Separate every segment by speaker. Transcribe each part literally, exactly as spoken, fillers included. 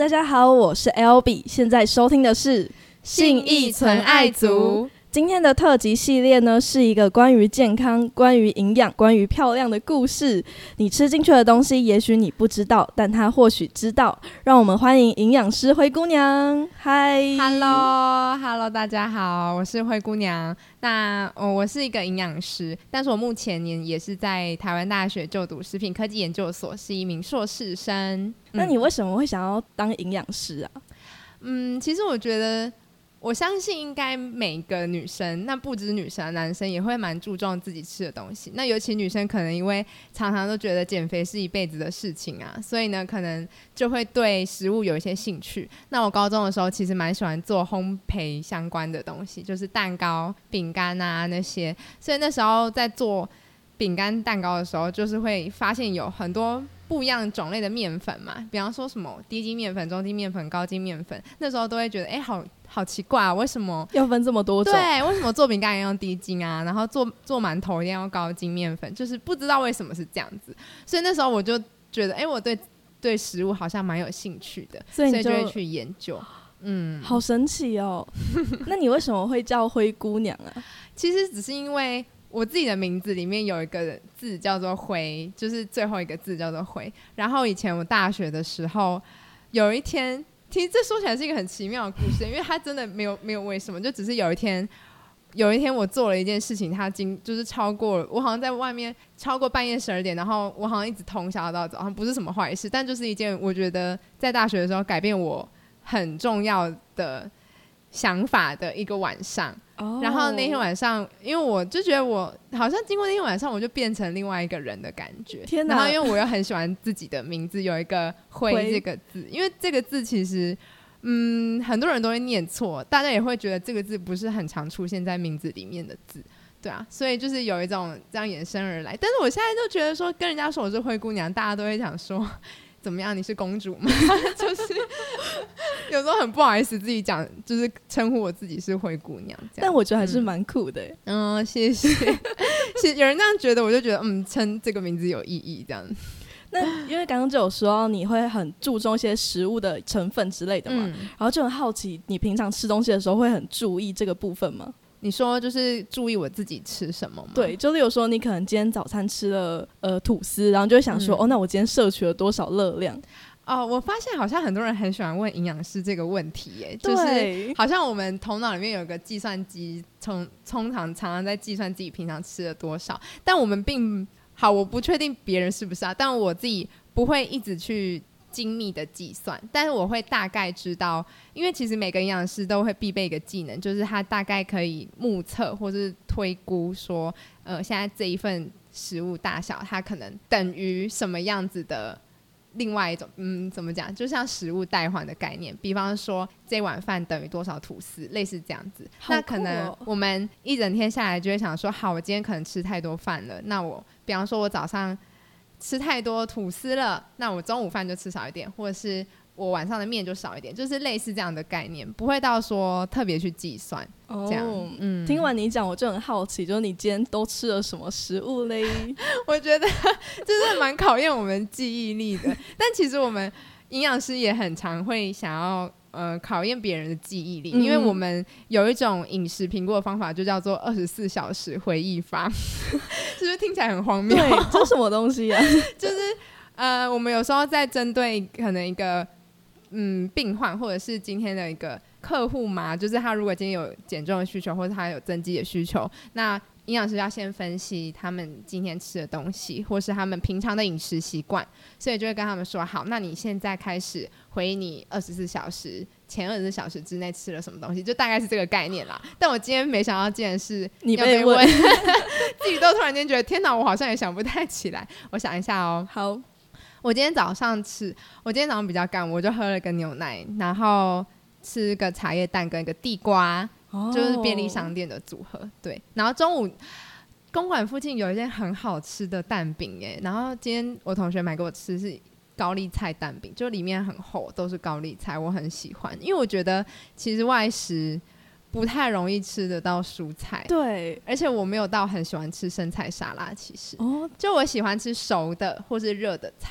Speaker 1: 大家好，我是 L B， 现在收听的是
Speaker 2: 信义存爱族。
Speaker 1: 今天的特辑系列呢，是一个关于健康、关于营养、关于漂亮的故事。你吃进去的东西，也许你不知道，但他或许知道。让我们欢迎营养师灰姑娘。嗨
Speaker 2: ，Hello Hello， 大家好，我是灰姑娘。那、哦、我是一个营养师，但是我目前呢也是在台湾大学就读食品科技研究所，是一名硕士生。
Speaker 1: 那你为什么会想要当营养师啊？
Speaker 2: 嗯，其实我觉得。我相信应该每个女生，那不止女生，男生也会蛮注重自己吃的东西。那尤其女生可能因为常常都觉得减肥是一辈子的事情啊，所以呢可能就会对食物有一些兴趣。那我高中的时候其实蛮喜欢做烘焙相关的东西，就是蛋糕、饼干啊那些。所以那时候在做饼干蛋糕的时候，就是会发现有很多不一样种类的面粉嘛，比方说什么低筋面粉、中筋面粉、高筋面粉，那时候都会觉得哎、欸，好好奇怪啊，为什么
Speaker 1: 要分这么多种？
Speaker 2: 对，为什么做饼干要用低筋啊，然后做做馒头一定要用高筋面粉，就是不知道为什么是这样子。所以那时候我就觉得哎、欸，我对对食物好像蛮有兴趣的，所以就会去研究。嗯，
Speaker 1: 好神奇哦。那你为什么会叫灰姑娘啊？
Speaker 2: 其实只是因为我自己的名字里面有一个字叫做灰，就是最后一个字叫做灰。然后以前我大学的时候有一天，其实这说起来是一个很奇妙的故事，因为它真的没有没有为什么，就只是有一天有一天我做了一件事情，它经就是超过我好像在外面超过半夜十二点，然后我好像一直通宵到早上，不是什么坏事，但就是一件我觉得在大学的时候改变我很重要的想法的一个晚上。Oh. 然后那天晚上因为我就觉得我好像经过那天晚上我就变成另外一个人的感觉。天哪！然后因为我又很喜欢自己的名字有一个灰这个字，因为这个字其实嗯很多人都会念错，大家也会觉得这个字不是很常出现在名字里面的字，对啊，所以就是有一种这样衍生而来。但是我现在就觉得说跟人家说我是灰姑娘，大家都会想说怎么样？你是公主吗？就是有时候很不好意思自己讲，就是称呼我自己是灰姑娘这样。
Speaker 1: 但我觉得还是蛮酷的。
Speaker 2: 嗯，嗯谢谢。其实有人这样觉得，我就觉得嗯，称这个名字有意义这样。
Speaker 1: 那因为刚刚就有说你会很注重一些食物的成分之类的嘛，嗯、然后就很好奇，你平常吃东西的时候会很注意这个部分吗？
Speaker 2: 你说就是注意我自己吃什么吗？
Speaker 1: 对，就是有时候你可能今天早餐吃了呃吐司，然后就会想说、嗯、哦，那我今天摄取了多少热量？
Speaker 2: 哦，我发现好像很多人很喜欢问营养师这个问题耶，就是好像我们头脑里面有一个计算机，通通常常常在计算自己平常吃了多少，但我们并好，我不确定别人是不是啊，但我自己不会一直去精密的计算，但是我会大概知道，因为其实每个营养师都会必备一个技能，就是他大概可以目测或是推估说，呃，现在这一份食物大小，它可能等于什么样子的。另外一种嗯，怎么讲，就像食物代换的概念，比方说这碗饭等于多少吐司，类似这样子、哦、那可能我们一整天下来就会想说，好，我今天可能吃太多饭了，那我比方说我早上吃太多吐司了，那我中午饭就吃少一点，或者是我晚上的面就少一点，就是类似这样的概念，不会到说特别去计算、哦、这样、
Speaker 1: 嗯、听完你讲我就很好奇，就是你今天都吃了什么食物嘞？
Speaker 2: 我觉得就是蛮考验我们记忆力的但其实我们营养师也很常会想要呃考验别人的记忆力、嗯、因为我们有一种饮食评估的方法就叫做二十四小时回忆法是不是听起来很荒谬？
Speaker 1: 对，这是什么东西啊？
Speaker 2: 就是呃我们有时候在针对可能一个嗯病患或者是今天的一个客户嘛，就是他如果今天有减重的需求或者他有增肌的需求，那营养师要先分析他们今天吃的东西或是他们平常的饮食习惯，所以就会跟他们说，好，那你现在开始回忆你二十四小时前二十四小时之内吃了什么东西，就大概是这个概念啦。但我今天没想到竟然是
Speaker 1: 你被问
Speaker 2: 自己都突然间觉得天哪，我好像也想不太起来。我想一下哦。
Speaker 1: 好，
Speaker 2: 我今天早上吃我今天早上比较干，我就喝了个牛奶，然后吃个茶叶蛋跟一个地瓜，就是便利商店的组合。对，然后中午公馆附近有一间很好吃的蛋饼耶，然后今天我同学买给我吃是高丽菜蛋饼，就里面很厚都是高丽菜，我很喜欢，因为我觉得其实外食不太容易吃得到蔬菜，
Speaker 1: 对，
Speaker 2: 而且我没有到很喜欢吃生菜沙拉，其实、哦、就我喜欢吃熟的或是热的菜，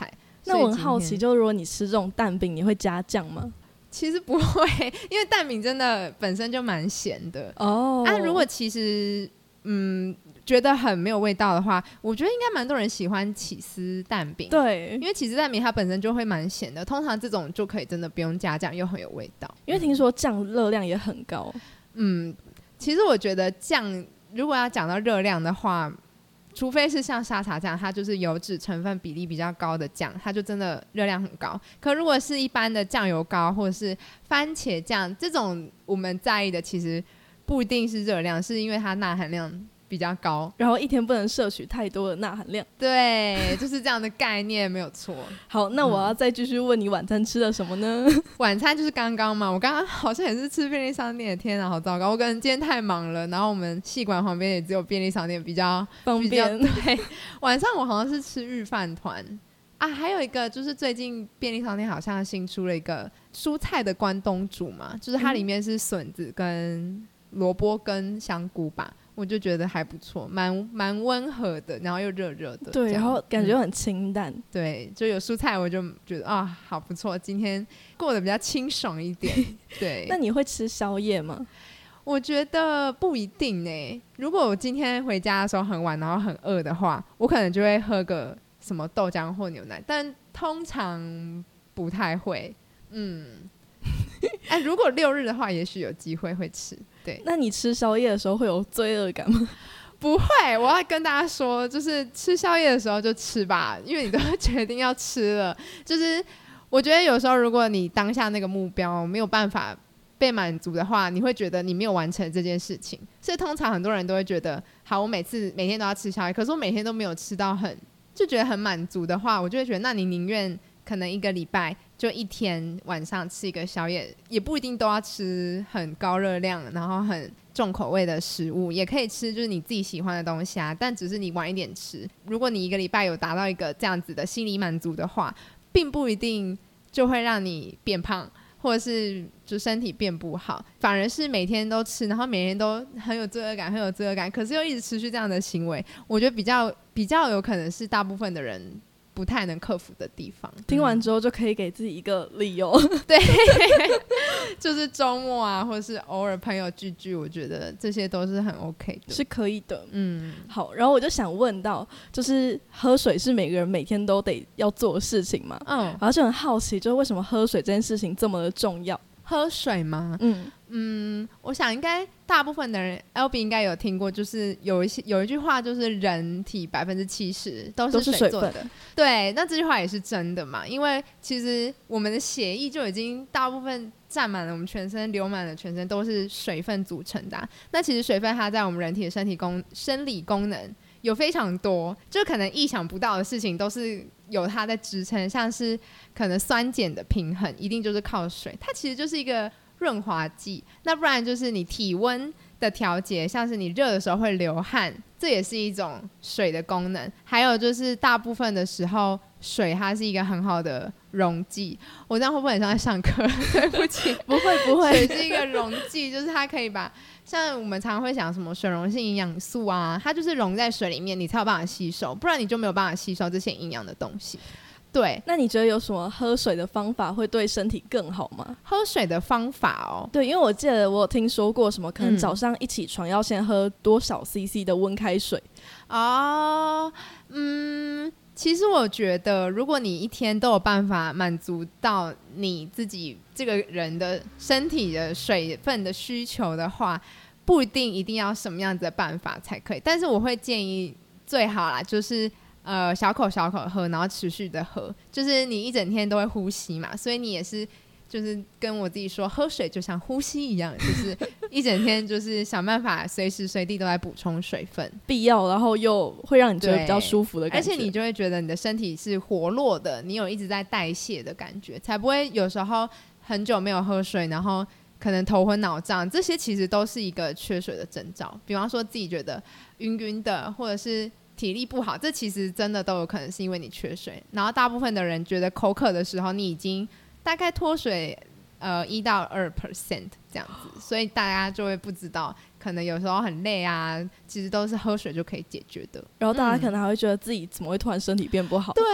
Speaker 1: 那我很好奇，就如果你吃这种蛋饼，你会加酱吗？
Speaker 2: 其实不会，因为蛋饼真的本身就蛮咸的
Speaker 1: 哦。
Speaker 2: 啊，如果其实嗯觉得很没有味道的话，我觉得应该蛮多人喜欢起司蛋饼。
Speaker 1: 对，
Speaker 2: 因为起司蛋饼它本身就会蛮咸的，通常这种就可以真的不用加酱，又很有味道。
Speaker 1: 因为听说酱热量也很高。
Speaker 2: 嗯，其实我觉得酱如果要讲到热量的话，除非是像沙茶酱，它就是油脂成分比例比较高的酱，它就真的热量很高。可如果是一般的酱油膏或者是番茄酱这种，我们在意的其实不一定是热量，是因为它钠含量比较高，
Speaker 1: 然后一天不能摄取太多的钠含量。
Speaker 2: 对，就是这样的概念，没有错。
Speaker 1: 好，那我要再继续问你晚餐吃了什么呢？
Speaker 2: 晚餐就是刚刚嘛，我刚刚好像也是吃便利商店的，天啊，好糟糕！我可能今天太忙了，然后我们系馆旁边也只有便利商店比较
Speaker 1: 方便。
Speaker 2: 对，晚上我好像是吃御饭团啊，还有一个就是最近便利商店好像新出了一个蔬菜的关东煮嘛，就是它里面是笋子跟萝卜跟香菇吧。我就觉得还不错，蛮蛮温和的，然后又热热的，
Speaker 1: 对，然后感觉很清淡、嗯，
Speaker 2: 对，就有蔬菜，我就觉得啊，好不错，今天过得比较清爽一点。对，
Speaker 1: 那你会吃宵夜吗？
Speaker 2: 我觉得不一定呢、欸。如果我今天回家的时候很晚，然后很饿的话，我可能就会喝个什么豆浆或牛奶，但通常不太会。嗯，哎，如果六日的话，也许有机会会吃。对，
Speaker 1: 那你吃宵夜的时候会有罪恶感吗？
Speaker 2: 不会，我要跟大家说，就是吃宵夜的时候就吃吧，因为你都决定要吃了。就是我觉得有时候如果你当下那个目标没有办法被满足的话，你会觉得你没有完成这件事情。所以通常很多人都会觉得，好，我每次每天都要吃宵夜，可是我每天都没有吃到很就觉得很满足的话，我就会觉得，那你宁愿可能一个礼拜就一天晚上吃一个宵夜，也不一定都要吃很高热量然后很重口味的食物，也可以吃就是你自己喜欢的东西啊，但只是你晚一点吃。如果你一个礼拜有达到一个这样子的心理满足的话，并不一定就会让你变胖或者是就身体变不好，反而是每天都吃，然后每天都很有罪恶感很有罪恶感，可是又一直持续这样的行为，我觉得比较比较有可能是大部分的人不太能克服的地方。
Speaker 1: 听完之后就可以给自己一个理由、
Speaker 2: 嗯、对就是周末啊或者是偶尔朋友聚聚，我觉得这些都是很 OK 的，
Speaker 1: 是可以的。
Speaker 2: 嗯，
Speaker 1: 好，然后我就想问到，就是喝水是每个人每天都得要做的事情嘛？嗯，然后就很好奇，就是为什么喝水这件事情这么的重要？
Speaker 2: 喝水吗？嗯嗯，我想应该大部分的人 L B 应该有听过，就是有一些有一句话，就是人体百分之七十都是水做的。对，那这句话也是真的嘛？因为其实我们的血液就已经大部分占满了我们全身，流满了全身都是水分组成的、啊。那其实水分它在我们人体的身体功生理功能有非常多，就可能意想不到的事情都是有它在支撑，像是可能酸碱的平衡一定就是靠水，它其实就是一个润滑剂。那不然就是你体温的调节，像是你热的时候会流汗，这也是一种水的功能。还有就是大部分的时候水它是一个很好的溶剂，我这样会不会很像在上课？对不起，
Speaker 1: 不会不会，
Speaker 2: 水是一个溶剂，就是它可以把像我们常常会想什么水溶性营养素啊，它就是溶在水里面你才有办法吸收，不然你就没有办法吸收这些营养的东西。对，
Speaker 1: 那你觉得有什么喝水的方法会对身体更好吗？
Speaker 2: 喝水的方法哦，
Speaker 1: 对，因为我记得我有听说过什么，可能早上一起床要先喝多少 C C 的温开水。
Speaker 2: 哦，嗯，其实我觉得如果你一天都有办法满足到你自己这个人的身体的水分的需求的话，不一定一定要什么样子的办法才可以，但是我会建议最好啦，就是呃，小口小口喝，然后持续的喝，就是你一整天都会呼吸嘛，所以你也是就是跟我自己说，喝水就像呼吸一样，就是一整天就是想办法随时随地都在补充水分，
Speaker 1: 必要，然后又会让你觉得比较舒服的感觉，
Speaker 2: 而且你就会觉得你的身体是活络的，你有一直在代谢的感觉，才不会有时候很久没有喝水，然后可能头昏脑胀，这些其实都是一个缺水的征兆。比方说自己觉得晕晕的，或者是体力不好，这其实真的都有可能是因为你缺水。然后大部分的人觉得口渴的时候，你已经大概脱水呃一到二 percent 这样子，所以大家就会不知道，可能有时候很累啊，其实都是喝水就可以解决的。
Speaker 1: 然后大家可能还会觉得自己怎么会突然身体变不好？
Speaker 2: 嗯、对啊，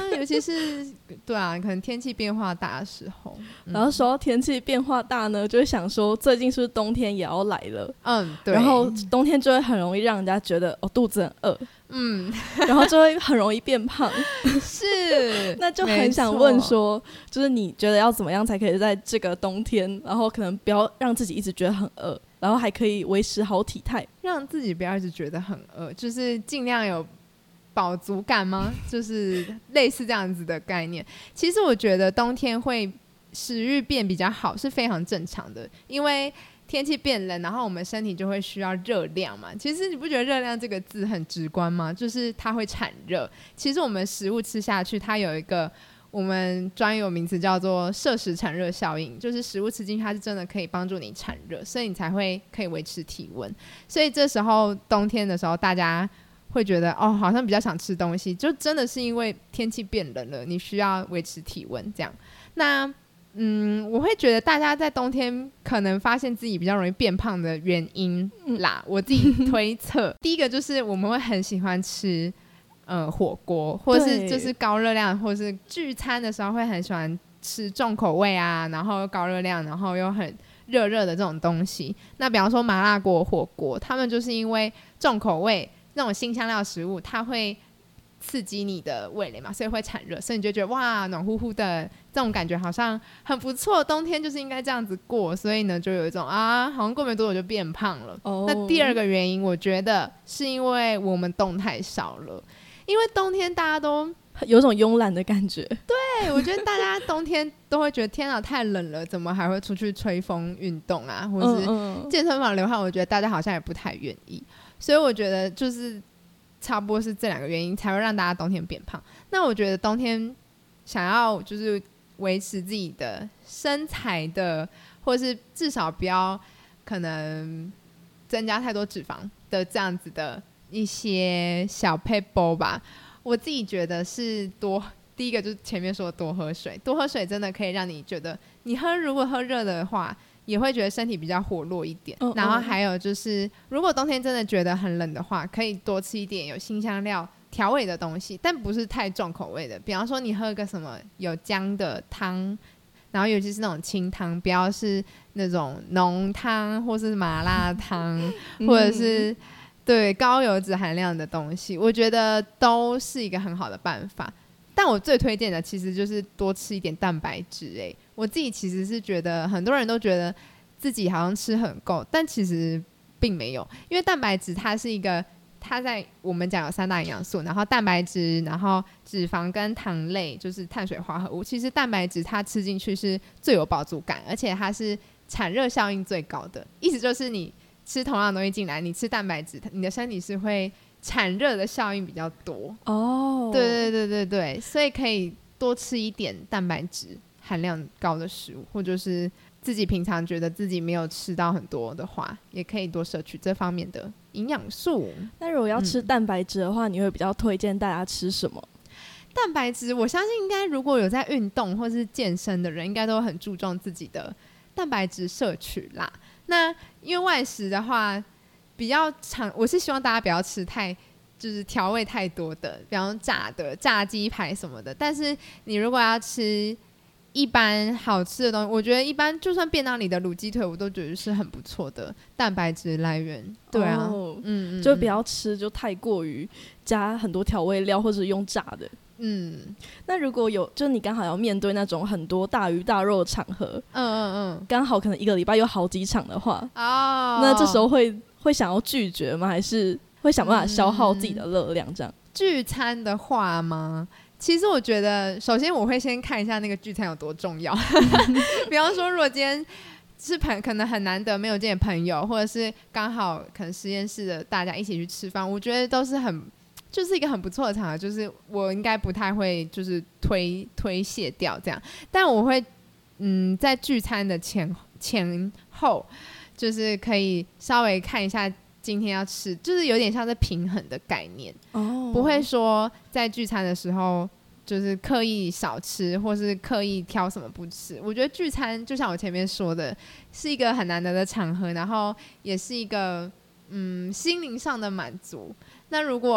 Speaker 2: 尤其是对啊，可能天气变化大的时候。
Speaker 1: 嗯、然后说到天气变化大呢，就会想说最近是不是冬天也要来了？
Speaker 2: 嗯，对。
Speaker 1: 然后冬天就会很容易让人家觉得哦肚子很饿，
Speaker 2: 嗯，
Speaker 1: 然后就会很容易变胖。
Speaker 2: 是，
Speaker 1: 那就很想问说，就是你觉得要怎么样才可以在这个冬天，然后可能不要让自己一直觉得很饿，然后还可以维持好体态，
Speaker 2: 让自己不要一直觉得很饿，就是尽量有饱足感吗？就是类似这样子的概念。其实我觉得冬天会食欲变比较好是非常正常的，因为天气变冷，然后我们身体就会需要热量嘛。其实你不觉得热量这个字很直观吗？就是它会产热。其实我们食物吃下去，它有一个我们专有名词叫做摄食产热效应，就是食物吃进去它是真的可以帮助你产热，所以你才会可以维持体温。所以这时候冬天的时候大家会觉得哦好像比较想吃东西，就真的是因为天气变冷了，你需要维持体温这样。那嗯，我会觉得大家在冬天可能发现自己比较容易变胖的原因啦，我自己推测第一个就是我们会很喜欢吃呃火锅，或是就是高热量，或是聚餐的时候会很喜欢吃重口味啊，然后高热量，然后又很热热的这种东西。那比方说麻辣锅、火锅，他们就是因为重口味那种辛香料食物，它会刺激你的味蕾嘛，所以会产热，所以你就觉得哇暖乎乎的这种感觉好像很不错，冬天就是应该这样子过，所以呢就有一种啊好像过没多久就变胖了。oh. 那第二个原因我觉得是因为我们动太少了，因为冬天大家都
Speaker 1: 有种慵懒的感觉。
Speaker 2: 对，我觉得大家冬天都会觉得天啊太冷了，怎么还会出去吹风运动啊，或是健身房流汗，我觉得大家好像也不太愿意，所以我觉得就是差不多是这两个原因才会让大家冬天变胖。那我觉得冬天想要就是维持自己的身材的，或是至少不要可能增加太多脂肪的这样子的一些小撇步吧，我自己觉得是多第一个就是前面说的多喝水，多喝水真的可以让你觉得你喝如果喝热的话也会觉得身体比较活络一点。oh, oh. 然后还有就是如果冬天真的觉得很冷的话，可以多吃一点有辛香料调味的东西，但不是太重口味的，比方说你喝个什么有姜的汤，然后尤其是那种清汤，不要是那种浓汤或是麻辣汤或者是对高油脂含量的东西，我觉得都是一个很好的办法。但我最推荐的其实就是多吃一点蛋白质。欸，我自己其实是觉得很多人都觉得自己好像吃很够，但其实并没有，因为蛋白质它是一个，它在我们讲有三大营养素，然后蛋白质，然后脂肪跟糖类就是碳水化合物。其实蛋白质它吃进去是最有饱足感，而且它是产热效应最高的，意思就是你吃同样的东西进来，你吃蛋白质，你的身体是会产热的效应比较多。哦、oh. 对对对对对，所以可以多吃一点蛋白质含量高的食物，或者是自己平常觉得自己没有吃到很多的话，也可以多摄取这方面的营养素。
Speaker 1: 那如果要吃蛋白质的话、嗯、你会比较推荐大家吃什么？
Speaker 2: 蛋白质我相信应该如果有在运动或是健身的人，应该都很注重自己的蛋白质摄取啦。那因为外食的话比较常，我是希望大家不要吃太就是调味太多的，比方炸的炸鸡排什么的，但是你如果要吃一般好吃的东西，我觉得一般就算便当里的卤鸡腿我都觉得是很不错的蛋白质来源。对啊、哦、
Speaker 1: 嗯，就不要吃就太过于加很多调味料或者用炸的。嗯，那如果有就你刚好要面对那种很多大鱼大肉的场合，嗯嗯嗯，刚好可能一个礼拜有好几场的话，哦，那这时候会会想要拒绝吗？还是会想办法消耗自己的热量这样、嗯、
Speaker 2: 聚餐的话吗？其实我觉得首先我会先看一下那个聚餐有多重要比方说如果今天是朋可能很难得没有见的朋友，或者是刚好可能实验室的大家一起去吃饭，我觉得都是很就是一个很不错的场合，就是我应该不太会就是推推卸掉这样，但我会嗯在聚餐的前前后就是可以稍微看一下今天要吃，就是有点像是平衡的概念、oh. 不会说在聚餐的时候就是刻意少吃或是刻意挑什么不吃。我觉得聚餐就像我前面说的是一个很难得的场合，然后也是一个嗯心灵上的满足。那如果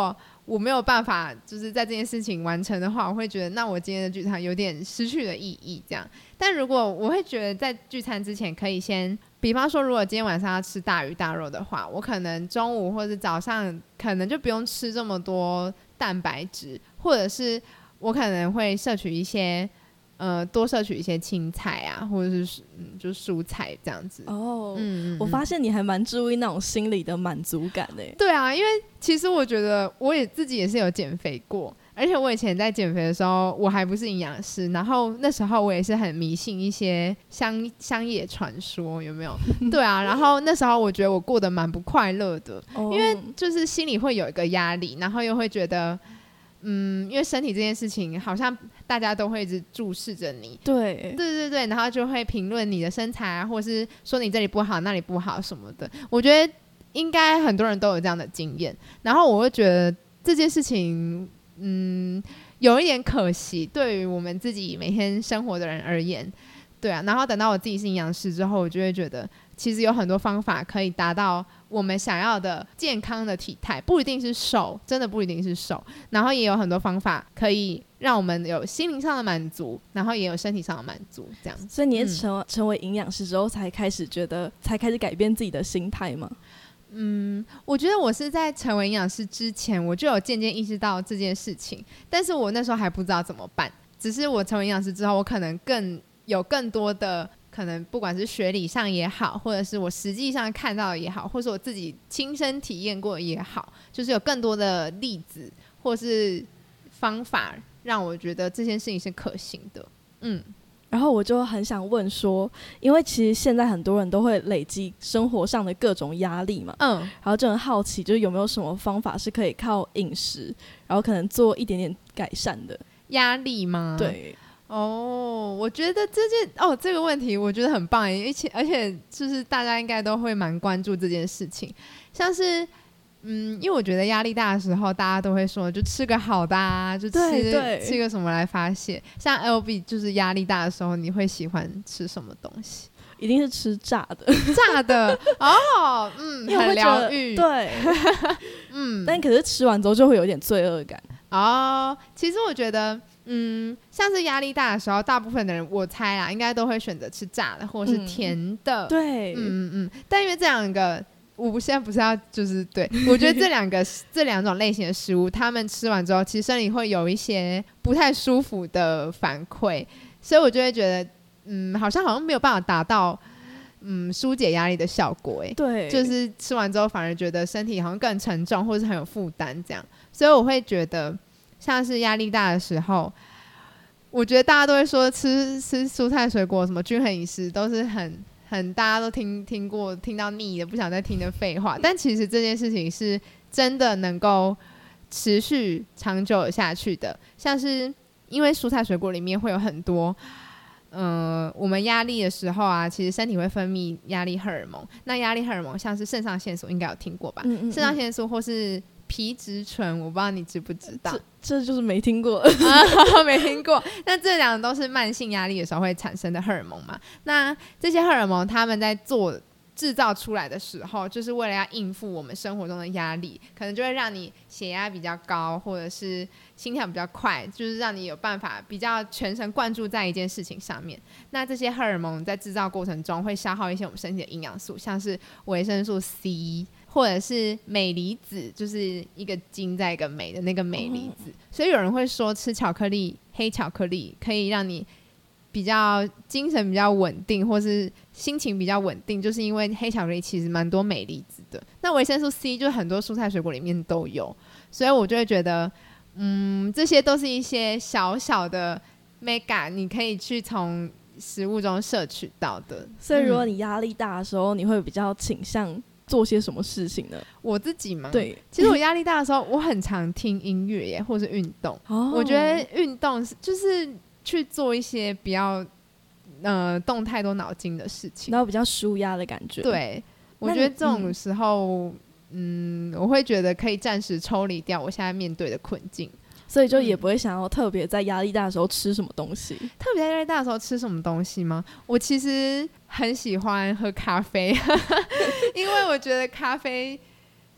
Speaker 2: 我没有办法就是在这件事情完成的话，我会觉得那我今天的聚餐有点失去了意义这样。但如果我会觉得在聚餐之前可以先，比方说如果今天晚上要吃大鱼大肉的话，我可能中午或者早上可能就不用吃这么多蛋白质，或者是我可能会摄取一些呃，多摄取一些青菜啊，或者是、嗯、就蔬菜这样子。
Speaker 1: 哦，嗯，我发现你还蛮注意那种心理的满足感的。
Speaker 2: 对啊，因为其实我觉得我也自己也是有减肥过，而且我以前在减肥的时候，我还不是营养师，然后那时候我也是很迷信一些乡乡野传说，有没有？对啊，然后那时候我觉得我过得蛮不快乐的，哦、因为就是心里会有一个压力，然后又会觉得。嗯，因为身体这件事情好像大家都会一直注视着你，
Speaker 1: 对
Speaker 2: 对对对，然后就会评论你的身材啊，或是说你这里不好那里不好什么的。我觉得应该很多人都有这样的经验，然后我会觉得这件事情嗯有一点可惜，对于我们自己每天生活的人而言，对啊。然后等到我自己是营养师之后，我就会觉得其实有很多方法可以达到我们想要的健康的体态，不一定是瘦，真的不一定是瘦，然后也有很多方法可以让我们有心灵上的满足，然后也有身体上的满足，这样。
Speaker 1: 所以你也成、嗯、成为营养师之后才开始觉得才开始改变自己的心态吗？
Speaker 2: 嗯，我觉得我是在成为营养师之前我就有渐渐意识到这件事情，但是我那时候还不知道怎么办，只是我成为营养师之后，我可能更有更多的可能不管是学理上也好，或者是我实际上看到的也好，或是我自己亲身体验过的也好，就是有更多的例子或是方法让我觉得这件事情是可行的。嗯，
Speaker 1: 然后我就很想问说，因为其实现在很多人都会累积生活上的各种压力嘛，嗯，然后就很好奇，就是有没有什么方法是可以靠饮食，然后可能做一点点改善的
Speaker 2: 压力吗？
Speaker 1: 对。
Speaker 2: 哦，我觉得这件哦这个问题我觉得很棒，而且而且就是大家应该都会蛮关注这件事情，像是嗯，因为我觉得压力大的时候，大家都会说就吃个好的啊，就吃
Speaker 1: 对对
Speaker 2: 吃个什么来发泄。像 L B 就是压力大的时候，你会喜欢吃什么东西？
Speaker 1: 一定是吃炸的，
Speaker 2: 炸的哦，嗯，很疗愈，
Speaker 1: 对，嗯，但可是吃完之后就会有点罪恶感。
Speaker 2: 哦，其实我觉得。嗯，像是压力大的时候，大部分的人我猜啦，应该都会选择吃炸的或者是甜的。
Speaker 1: 嗯、对，
Speaker 2: 嗯嗯。但因为这两个，我现在不是要就是对，我觉得这两个这两种类型的食物，他们吃完之后，其实身体会有一些不太舒服的反馈，所以我就会觉得，嗯，好像好像没有办法达到嗯疏解压力的效果。哎，
Speaker 1: 对，
Speaker 2: 就是吃完之后反而觉得身体好像更沉重，或是很有负担这样，所以我会觉得。像是压力大的时候，我觉得大家都会说吃吃蔬菜水果什么均衡饮食都是很很大家都听听过听到腻的不想再听的废话，但其实这件事情是真的能够持续长久下去的。像是因为蔬菜水果里面会有很多呃，我们压力的时候啊，其实身体会分泌压力荷尔蒙，那压力荷尔蒙像是肾上腺素应该有听过吧，嗯嗯嗯，肾上腺素或是皮质醇，我不知道你知不知道，
Speaker 1: 这, 这就是没听过
Speaker 2: 啊，没听过。那这两个都是慢性压力的时候会产生的荷尔蒙嘛？那这些荷尔蒙他们在做制造出来的时候，就是为了要应付我们生活中的压力，可能就会让你血压比较高，或者是心跳比较快，就是让你有办法比较全神贯注在一件事情上面。那这些荷尔蒙在制造过程中会消耗一些我们身体的营养素，像是维生素 C。或者是镁离子，就是一个金在一个镁的那个镁离子，所以有人会说吃巧克力黑巧克力可以让你比较精神比较稳定，或是心情比较稳定，就是因为黑巧克力其实蛮多镁离子的。那维生素 C 就是很多蔬菜水果里面都有，所以我就会觉得嗯，这些都是一些小小的 mega 你可以去从食物中摄取到的。
Speaker 1: 所以如果你压力大的时候、嗯、你会比较倾向做些什么事情呢？
Speaker 2: 我自己嘛，
Speaker 1: 对，
Speaker 2: 其实我压力大的时候，我很常听音乐耶，或是运动。哦、我觉得运动就是去做一些比较呃动太多脑筋的事情，
Speaker 1: 然后比较舒压的感觉。
Speaker 2: 对，我觉得这种时候，嗯，我会觉得可以暂时抽离掉我现在面对的困境。
Speaker 1: 所以就也不会想要特别在压力大的时候吃什么东西、嗯、
Speaker 2: 特别在压力大的时候吃什么东西吗？我其实很喜欢喝咖啡因为我觉得咖啡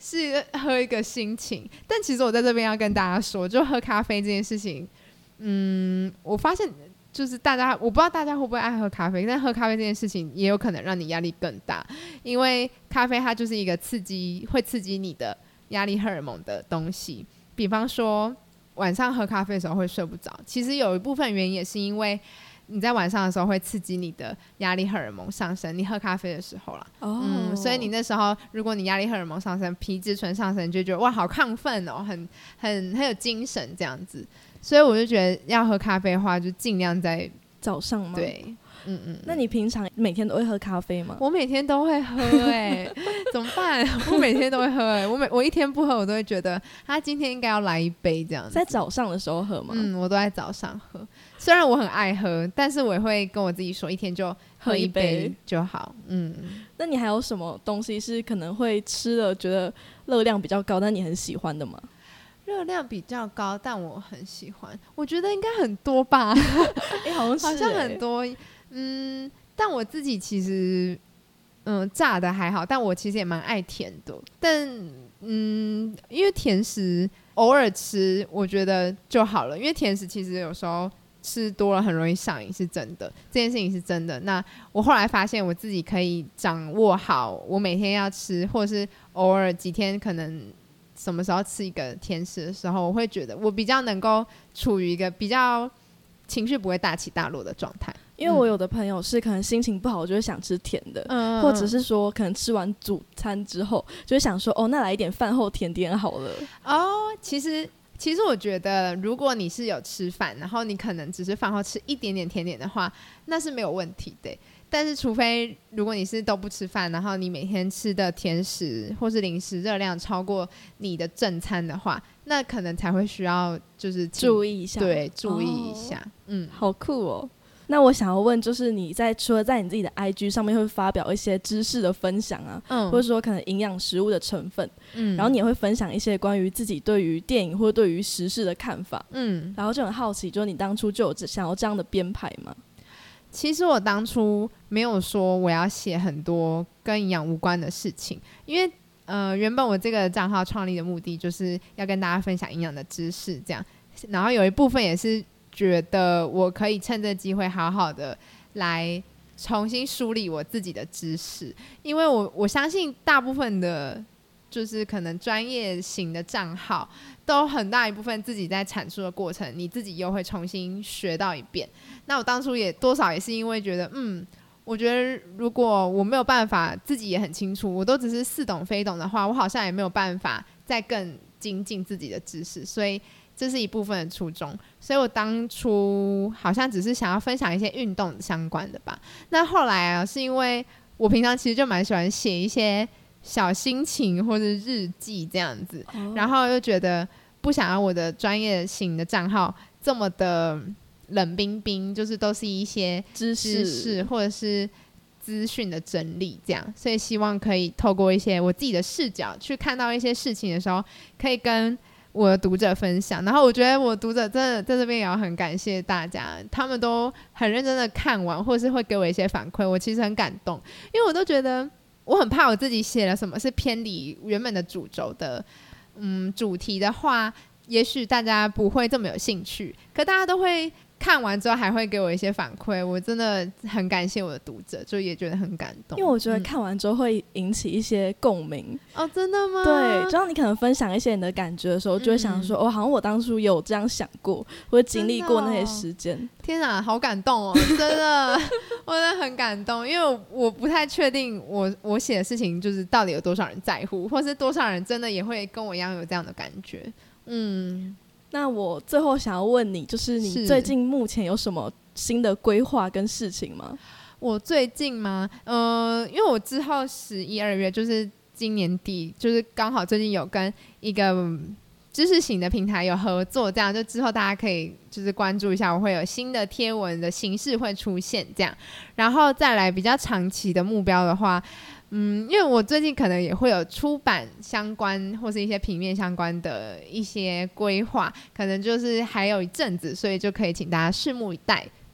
Speaker 2: 是喝一个心情。但其实我在这边要跟大家说，就喝咖啡这件事情，嗯，我发现就是大家，我不知道大家会不会爱喝咖啡，但喝咖啡这件事情也有可能让你压力更大，因为咖啡它就是一个刺激，会刺激你的压力荷尔蒙的东西。比方说晚上喝咖啡的时候会睡不着，其实有一部分原因也是因为你在晚上的时候会刺激你的压力荷尔蒙上升，你喝咖啡的时候啦、oh. 嗯，所以你那时候如果你压力荷尔蒙上升，皮质醇上升，你就觉得哇好亢奋哦，很很很有精神这样子。所以我就觉得要喝咖啡的话就尽量在
Speaker 1: 早上吗？
Speaker 2: 对，嗯嗯。
Speaker 1: 那你平常每天都会喝咖啡吗？
Speaker 2: 我每天都会喝哎、欸，怎么办？我每天都会喝哎、欸，我每我一天不喝，我都会觉得他今天应该要来一杯这样子。
Speaker 1: 在早上的时候喝吗？
Speaker 2: 嗯，我都在早上喝。虽然我很爱喝，但是我也会跟我自己说，一天就喝一杯就好。嗯，
Speaker 1: 那你还有什么东西是可能会吃了觉得热量比较高，但你很喜欢的吗？
Speaker 2: 热量比较高，但我很喜欢，我觉得应该很多吧。
Speaker 1: 欸、好像是、欸、
Speaker 2: 好像很多，嗯，但我自己其实，嗯，炸的还好，但我其实也蛮爱甜的，但嗯，因为甜食偶尔吃，我觉得就好了，因为甜食其实有时候吃多了很容易上瘾，是真的，这件事情是真的。那我后来发现我自己可以掌握好，我每天要吃，或是偶尔几天可能。什么时候吃一个甜食的时候，我会觉得我比较能够处于一个比较情绪不会大起大落的状态。
Speaker 1: 因为我有的朋友是可能心情不好就会想吃甜的、嗯、或者是说可能吃完主餐之后就会想说哦那来一点饭后甜点好了。
Speaker 2: 哦，其实其实我觉得如果你是有吃饭，然后你可能只是饭后吃一点点甜点的话，那是没有问题的。但是除非如果你是都不吃饭，然后你每天吃的甜食或是零食热量超过你的正餐的话，那可能才会需要就是
Speaker 1: 注意一下。
Speaker 2: 对，注意一下、哦、
Speaker 1: 嗯，好酷哦。那我想要问，就是你在除了在你自己的 I G 上面会发表一些知识的分享啊、嗯、或者说可能营养食物的成分、嗯、然后你也会分享一些关于自己对于电影或者对于时事的看法，嗯，然后就很好奇，就是你当初就有想要这样的编排吗？
Speaker 2: 其实我当初没有说我要写很多跟营养无关的事情，因为呃，原本我这个账号创立的目的就是要跟大家分享营养的知识这样，然后有一部分也是觉得我可以趁这个机会好好的来重新梳理我自己的知识，因为我我相信大部分的就是可能专业型的账号都很大一部分自己在阐述的过程你自己又会重新学到一遍。那我当初也多少也是因为觉得嗯我觉得如果我没有办法自己也很清楚，我都只是似懂非懂的话，我好像也没有办法再更精进自己的知识，所以这是一部分的初衷。所以我当初好像只是想要分享一些运动相关的吧。那后来啊，是因为我平常其实就蛮喜欢写一些小心情或者日记这样子、哦、然后又觉得不想要我的专业型的账号这么的冷冰冰，就是都是一些知识或者是资讯的整理这样，所以希望可以透过一些我自己的视角去看到一些事情的时候可以跟我的读者分享。然后我觉得我读者真的在这边也要很感谢大家，他们都很认真的看完或是会给我一些反馈，我其实很感动，因为我都觉得我很怕我自己写了什么是偏离原本的主轴的嗯主题的话，也许大家不会这么有兴趣，可大家都会看完之后还会给我一些反馈，我真的很感谢我的读者，就也觉得很感动。
Speaker 1: 因为我觉得看完之后会引起一些共鸣、
Speaker 2: 嗯、哦，真的吗？
Speaker 1: 对，就像你可能分享一些你的感觉的时候，就会想说、嗯、哦，好像我当初有这样想过，或者经历过那些时间、哦。
Speaker 2: 天啊，好感动哦，真的，我真的很感动，因为我不太确定我我写的事情就是到底有多少人在乎，或是多少人真的也会跟我一样有这样的感觉。嗯。
Speaker 1: 那我最后想要问你，就是你最近目前有什么新的规划跟事情吗？
Speaker 2: 我最近吗？呃，因为我之后十一二月就是今年底，就是刚好最近有跟一个知识型的平台有合作，这样就之后大家可以就是关注一下，我会有新的贴文的形式会出现这样。然后再来比较长期的目标的话，嗯，因为我最近可能也会有出版相关或是一些平面相关的一些规划，可能就是还有一阵子，所以就可以请大家拭目以待这样。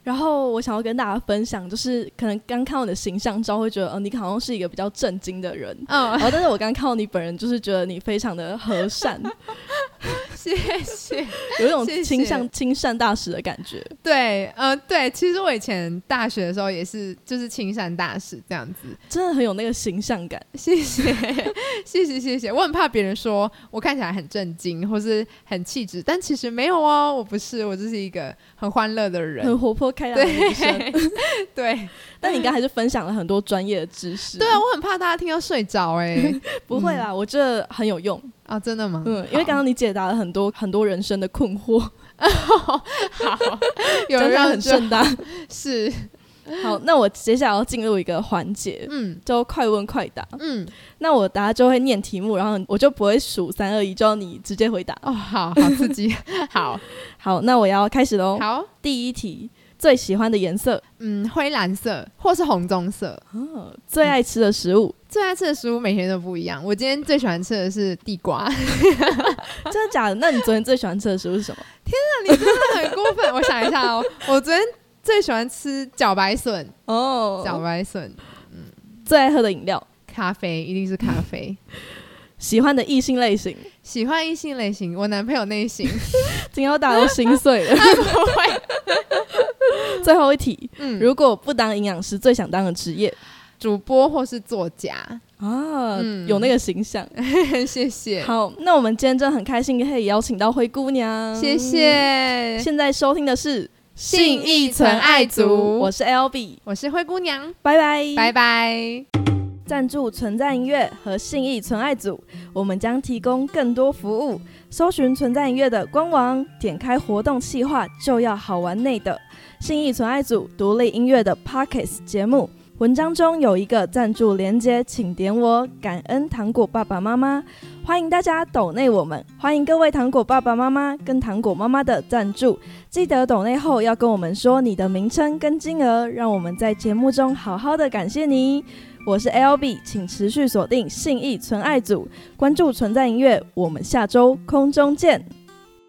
Speaker 1: 然后我想要跟大家分享，就是可能刚看到你的形象照会觉得，呃，你好像是一个比较正经的人，嗯，然后但是我刚看到你本人，就是觉得你非常的和善，
Speaker 2: 谢谢，
Speaker 1: 有一种倾向亲善大使的感觉。
Speaker 2: 对，呃，对，其实我以前大学的时候也是，就是亲善大使这样子，
Speaker 1: 真的很有那个形象感。
Speaker 2: 谢谢，谢谢，谢谢。我很怕别人说我看起来很正经，或是很气质，但其实没有哦，我不是，我就是一个很欢乐的人，
Speaker 1: 很活泼开朗的女生。
Speaker 2: 对，
Speaker 1: 但你刚才还是分享了很多专业的知识。
Speaker 2: 对啊，我很怕大家听到睡着哎、欸，
Speaker 1: 不会啦、嗯，我觉得很有用
Speaker 2: 啊、哦，真的吗？
Speaker 1: 嗯，因为刚刚你解答了很多很多人生的困惑。
Speaker 2: 好，有人
Speaker 1: 很盛大，
Speaker 2: 是。
Speaker 1: 好，那我接下来要进入一个环节，嗯，就快问快答，嗯，那我答就会念题目，然后我就不会数三二一，就要你直接回答。
Speaker 2: 哦，好好刺激，好
Speaker 1: 好，那我要开始喽。
Speaker 2: 好，
Speaker 1: 第一题，最喜欢的颜色，
Speaker 2: 嗯，灰蓝色或是红棕色。
Speaker 1: 哦，最爱吃的食物，
Speaker 2: 嗯、最爱吃的食物每天都不一样。我今天最喜欢吃的是地瓜，
Speaker 1: 真的假的？那你昨天最喜欢吃的食物是什么？
Speaker 2: 天啊，你真的很过分！我想一下哦，我昨天最喜欢吃茭白笋哦，茭白笋。
Speaker 1: 嗯，最爱喝的饮料，
Speaker 2: 咖啡，一定是咖啡。
Speaker 1: 喜欢的异性类型，
Speaker 2: 喜欢异性类型，我男朋友类型。
Speaker 1: 今天要打到心碎了。
Speaker 2: 他不会。
Speaker 1: 最后一题，嗯，如果不当营养师，最想当的职业，
Speaker 2: 主播或是作家
Speaker 1: 啊、嗯，有那个形象。
Speaker 2: 谢谢。
Speaker 1: 好，那我们今天真的很开心可以邀请到灰姑娘，
Speaker 2: 谢谢。
Speaker 1: 现在收听的是信义存爱族，我是 L B，
Speaker 2: 我是灰姑娘，
Speaker 1: 拜拜，
Speaker 2: 拜拜。
Speaker 1: 赞助存在音乐和信义存爱组，我们将提供更多服务。搜寻存在音乐的官网，点开活动企划，就要好玩内的信义存爱组独立音乐的 Podcast 节目。文章中有一个赞助连结，请点我，感恩糖果爸爸妈妈，欢迎大家抖内我们，欢迎各位糖果爸爸妈妈跟糖果妈妈的赞助，记得抖内后要跟我们说你的名称跟金额，让我们在节目中好好的感谢你。我是 L B， 请持续锁定信义存爱组，关注存在音乐，我们下周空中见。